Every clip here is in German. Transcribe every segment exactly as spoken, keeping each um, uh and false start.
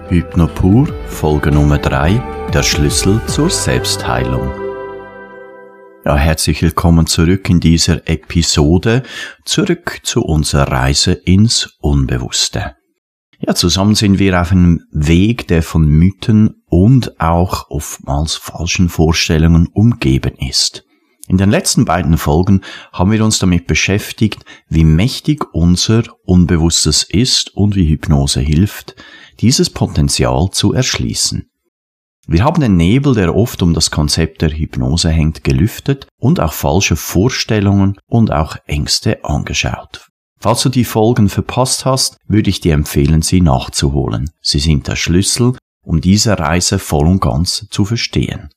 Hypnopur, Folge Nummer drei, der Schlüssel zur Selbstheilung. Ja, herzlich willkommen zurück in dieser Episode, zurück zu unserer Reise ins Unbewusste. Ja, zusammen sind wir auf einem Weg, der von Mythen und auch oftmals falschen Vorstellungen umgeben ist. In den letzten beiden Folgen haben wir uns damit beschäftigt, wie mächtig unser Unbewusstes ist und wie Hypnose hilft, dieses Potenzial zu erschließen. Wir haben den Nebel, der oft um das Konzept der Hypnose hängt, gelüftet und auch falsche Vorstellungen und auch Ängste angeschaut. Falls du die Folgen verpasst hast, würde ich dir empfehlen, sie nachzuholen. Sie sind der Schlüssel, um diese Reise voll und ganz zu verstehen.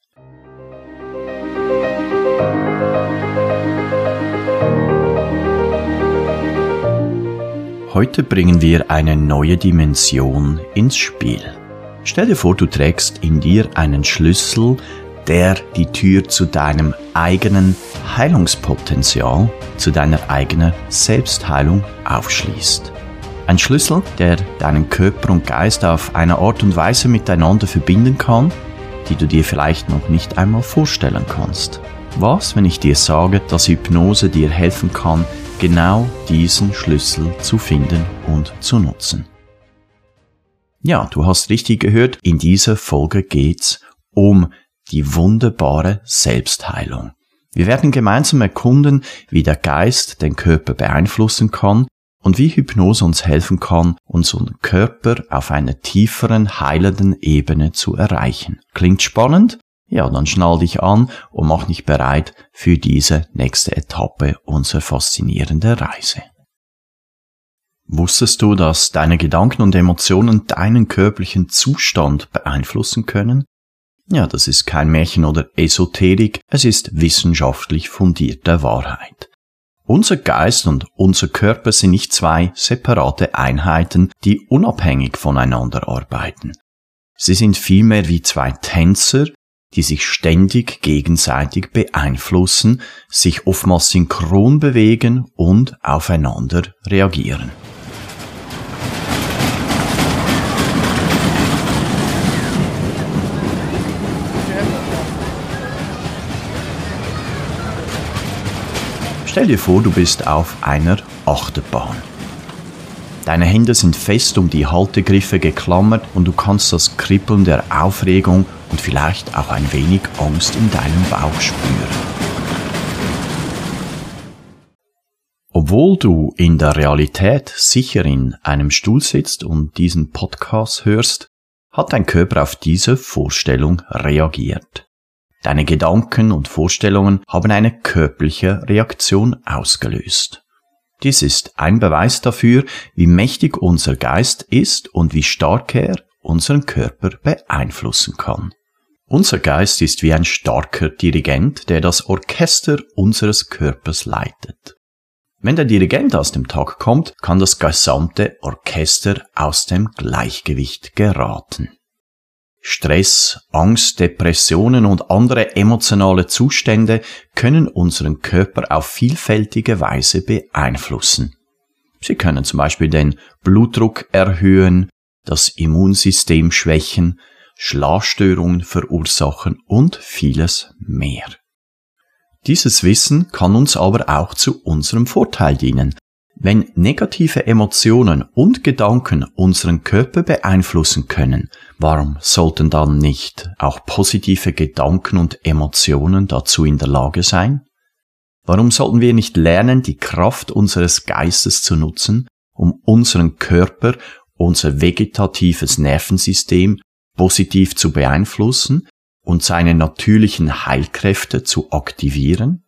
Heute bringen wir eine neue Dimension ins Spiel. Stell dir vor, du trägst in dir einen Schlüssel, der die Tür zu deinem eigenen Heilungspotenzial, zu deiner eigenen Selbstheilung aufschließt. Ein Schlüssel, der deinen Körper und Geist auf eine Art und Weise miteinander verbinden kann, die du dir vielleicht noch nicht einmal vorstellen kannst. Was, wenn ich dir sage, dass Hypnose dir helfen kann, genau diesen Schlüssel zu finden und zu nutzen? Ja, du hast richtig gehört, in dieser Folge geht's um die wunderbare Selbstheilung. Wir werden gemeinsam erkunden, wie der Geist den Körper beeinflussen kann und wie Hypnose uns helfen kann, unseren Körper auf einer tieferen, heilenden Ebene zu erreichen. Klingt spannend? Ja, dann schnall dich an und mach dich bereit für diese nächste Etappe unserer faszinierenden Reise. Wusstest du, dass deine Gedanken und Emotionen deinen körperlichen Zustand beeinflussen können? Ja, das ist kein Märchen oder Esoterik, es ist wissenschaftlich fundierte Wahrheit. Unser Geist und unser Körper sind nicht zwei separate Einheiten, die unabhängig voneinander arbeiten. Sie sind vielmehr wie zwei Tänzer, die sich ständig gegenseitig beeinflussen, sich oftmals synchron bewegen und aufeinander reagieren. Stell dir vor, du bist auf einer Achterbahn. Deine Hände sind fest um die Haltegriffe geklammert und du kannst das Kribbeln der Aufregung und vielleicht auch ein wenig Angst in deinem Bauch spüren. Obwohl du in der Realität sicher in einem Stuhl sitzt und diesen Podcast hörst, hat dein Körper auf diese Vorstellung reagiert. Deine Gedanken und Vorstellungen haben eine körperliche Reaktion ausgelöst. Dies ist ein Beweis dafür, wie mächtig unser Geist ist und wie stark er unseren Körper beeinflussen kann. Unser Geist ist wie ein starker Dirigent, der das Orchester unseres Körpers leitet. Wenn der Dirigent aus dem Takt kommt, kann das gesamte Orchester aus dem Gleichgewicht geraten. Stress, Angst, Depressionen und andere emotionale Zustände können unseren Körper auf vielfältige Weise beeinflussen. Sie können zum Beispiel den Blutdruck erhöhen, das Immunsystem schwächen, Schlafstörungen verursachen und vieles mehr. Dieses Wissen kann uns aber auch zu unserem Vorteil dienen. Wenn negative Emotionen und Gedanken unseren Körper beeinflussen können, warum sollten dann nicht auch positive Gedanken und Emotionen dazu in der Lage sein? Warum sollten wir nicht lernen, die Kraft unseres Geistes zu nutzen, um unseren Körper, unser vegetatives Nervensystem positiv zu beeinflussen und seine natürlichen Heilkräfte zu aktivieren?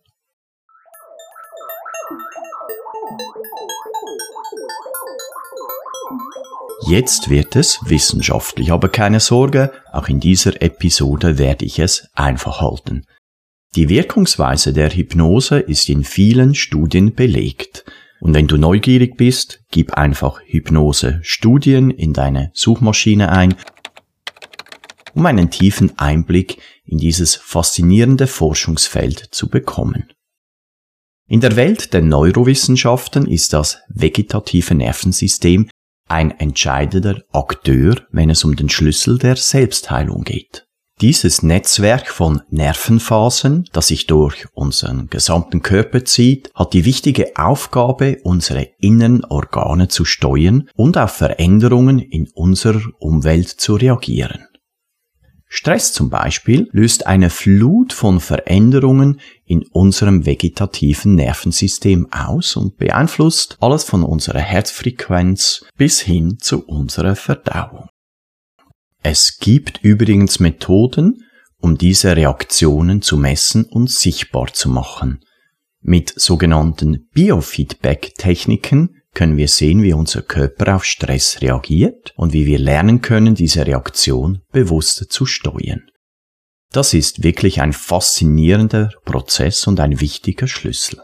Jetzt wird es wissenschaftlich, aber keine Sorge, auch in dieser Episode werde ich es einfach halten. Die Wirkungsweise der Hypnose ist in vielen Studien belegt. Und wenn du neugierig bist, gib einfach Hypnose-Studien in deine Suchmaschine ein, um einen tiefen Einblick in dieses faszinierende Forschungsfeld zu bekommen. In der Welt der Neurowissenschaften ist das vegetative Nervensystem ein entscheidender Akteur, wenn es um den Schlüssel der Selbstheilung geht. Dieses Netzwerk von Nervenphasen, das sich durch unseren gesamten Körper zieht, hat die wichtige Aufgabe, unsere inneren Organe zu steuern und auf Veränderungen in unserer Umwelt zu reagieren. Stress zum Beispiel löst eine Flut von Veränderungen in unserem vegetativen Nervensystem aus und beeinflusst alles von unserer Herzfrequenz bis hin zu unserer Verdauung. Es gibt übrigens Methoden, um diese Reaktionen zu messen und sichtbar zu machen. Mit sogenannten Biofeedback-Techniken können wir sehen, wie unser Körper auf Stress reagiert und wie wir lernen können, diese Reaktion bewusst zu steuern. Das ist wirklich ein faszinierender Prozess und ein wichtiger Schlüssel.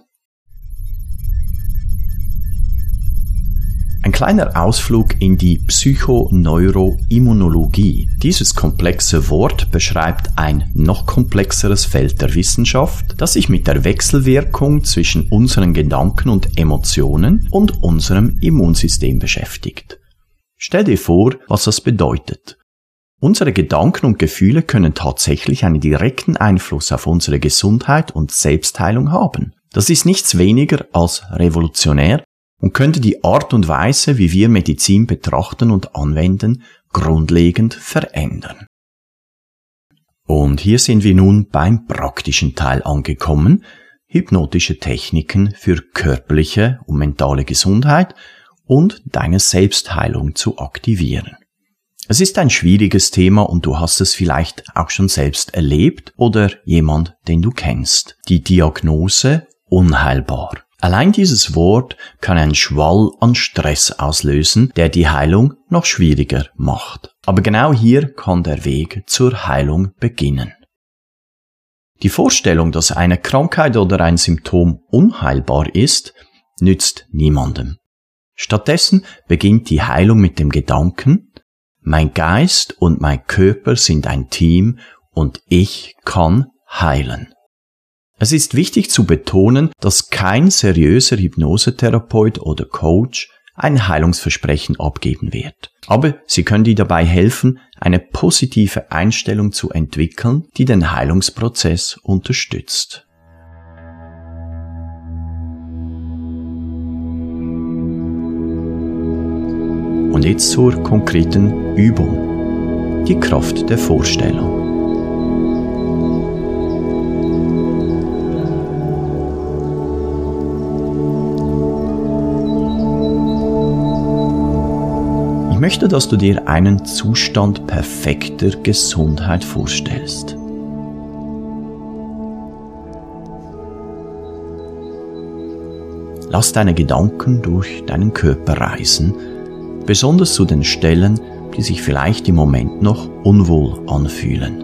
Ein kleiner Ausflug in die Psychoneuroimmunologie. Dieses komplexe Wort beschreibt ein noch komplexeres Feld der Wissenschaft, das sich mit der Wechselwirkung zwischen unseren Gedanken und Emotionen und unserem Immunsystem beschäftigt. Stell dir vor, was das bedeutet. Unsere Gedanken und Gefühle können tatsächlich einen direkten Einfluss auf unsere Gesundheit und Selbstheilung haben. Das ist nichts weniger als revolutionär und könnte die Art und Weise, wie wir Medizin betrachten und anwenden, grundlegend verändern. Und hier sind wir nun beim praktischen Teil angekommen, hypnotische Techniken für körperliche und mentale Gesundheit und deine Selbstheilung zu aktivieren. Es ist ein schwieriges Thema und du hast es vielleicht auch schon selbst erlebt oder jemand, den du kennst. Die Diagnose unheilbar. Allein dieses Wort kann einen Schwall an Stress auslösen, der die Heilung noch schwieriger macht. Aber genau hier kann der Weg zur Heilung beginnen. Die Vorstellung, dass eine Krankheit oder ein Symptom unheilbar ist, nützt niemandem. Stattdessen beginnt die Heilung mit dem Gedanken: Mein Geist und mein Körper sind ein Team und ich kann heilen. Es ist wichtig zu betonen, dass kein seriöser Hypnosetherapeut oder Coach ein Heilungsversprechen abgeben wird. Aber sie können dir dabei helfen, eine positive Einstellung zu entwickeln, die den Heilungsprozess unterstützt. Und jetzt zur konkreten Übung. Die Kraft der Vorstellung. Ich möchte, dass du dir einen Zustand perfekter Gesundheit vorstellst. Lass deine Gedanken durch deinen Körper reisen, besonders zu den Stellen, die sich vielleicht im Moment noch unwohl anfühlen.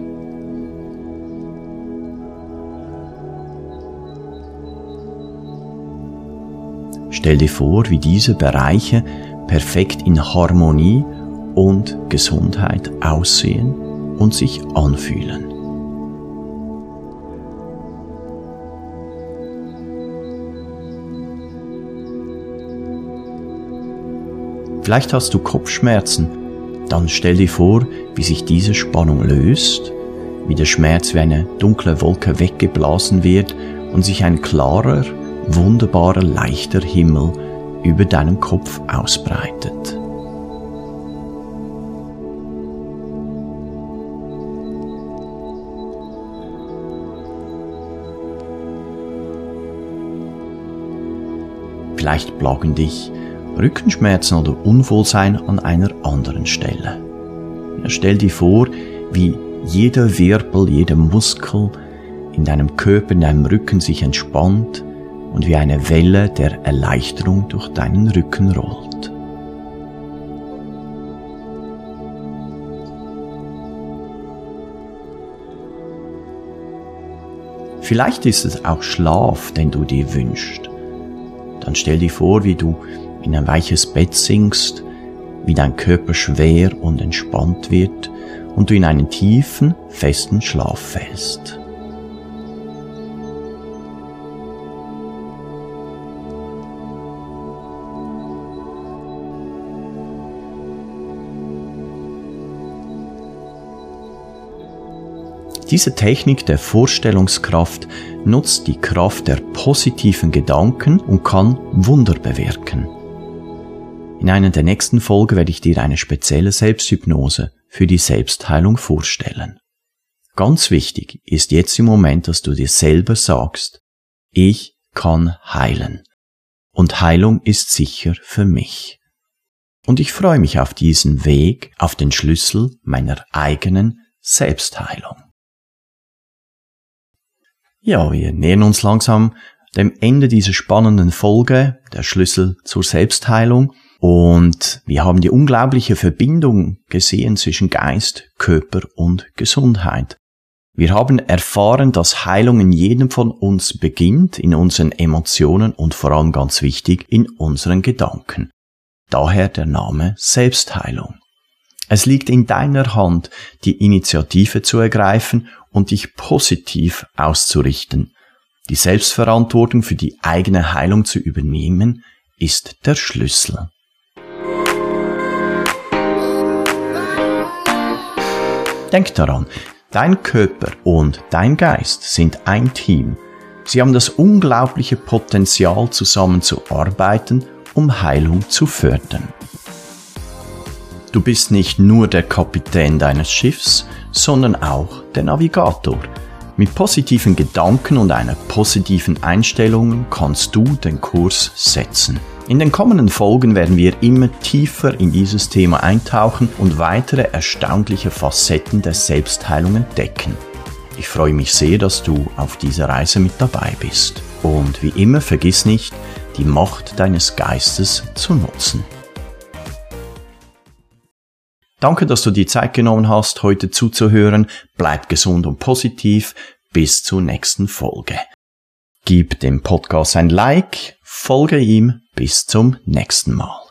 Stell dir vor, wie diese Bereiche perfekt in Harmonie und Gesundheit aussehen und sich anfühlen. Vielleicht hast du Kopfschmerzen, dann stell dir vor, wie sich diese Spannung löst, wie der Schmerz wie eine dunkle Wolke weggeblasen wird und sich ein klarer, wunderbarer, leichter Himmel über deinen Kopf ausbreitet. Vielleicht plagen dich Rückenschmerzen oder Unwohlsein an einer anderen Stelle. Ja, stell dir vor, wie jeder Wirbel, jeder Muskel in deinem Körper, in deinem Rücken sich entspannt und wie eine Welle der Erleichterung durch deinen Rücken rollt. Vielleicht ist es auch Schlaf, den du dir wünschst. Dann stell dir vor, wie du in ein weiches Bett sinkst, wie dein Körper schwer und entspannt wird und du in einen tiefen, festen Schlaf fällst. Diese Technik der Vorstellungskraft nutzt die Kraft der positiven Gedanken und kann Wunder bewirken. In einer der nächsten Folgen werde ich dir eine spezielle Selbsthypnose für die Selbstheilung vorstellen. Ganz wichtig ist jetzt im Moment, dass du dir selber sagst, ich kann heilen. Und Heilung ist sicher für mich. Und ich freue mich auf diesen Weg, auf den Schlüssel meiner eigenen Selbstheilung. Ja, wir nähern uns langsam dem Ende dieser spannenden Folge, der Schlüssel zur Selbstheilung. Und wir haben die unglaubliche Verbindung gesehen zwischen Geist, Körper und Gesundheit. Wir haben erfahren, dass Heilung in jedem von uns beginnt, in unseren Emotionen und vor allem ganz wichtig, in unseren Gedanken. Daher der Name Selbstheilung. Es liegt in deiner Hand, die Initiative zu ergreifen und dich positiv auszurichten. Die Selbstverantwortung für die eigene Heilung zu übernehmen, ist der Schlüssel. Denk daran, dein Körper und dein Geist sind ein Team. Sie haben das unglaubliche Potenzial, zusammenzuarbeiten, um Heilung zu fördern. Du bist nicht nur der Kapitän deines Schiffs, sondern auch der Navigator. Mit positiven Gedanken und einer positiven Einstellung kannst du den Kurs setzen. In den kommenden Folgen werden wir immer tiefer in dieses Thema eintauchen und weitere erstaunliche Facetten der Selbstheilung entdecken. Ich freue mich sehr, dass du auf dieser Reise mit dabei bist. Und wie immer, vergiss nicht, die Macht deines Geistes zu nutzen. Danke, dass du die Zeit genommen hast, heute zuzuhören. Bleib gesund und positiv. Bis zur nächsten Folge. Gib dem Podcast ein Like, folge ihm. Bis zum nächsten Mal.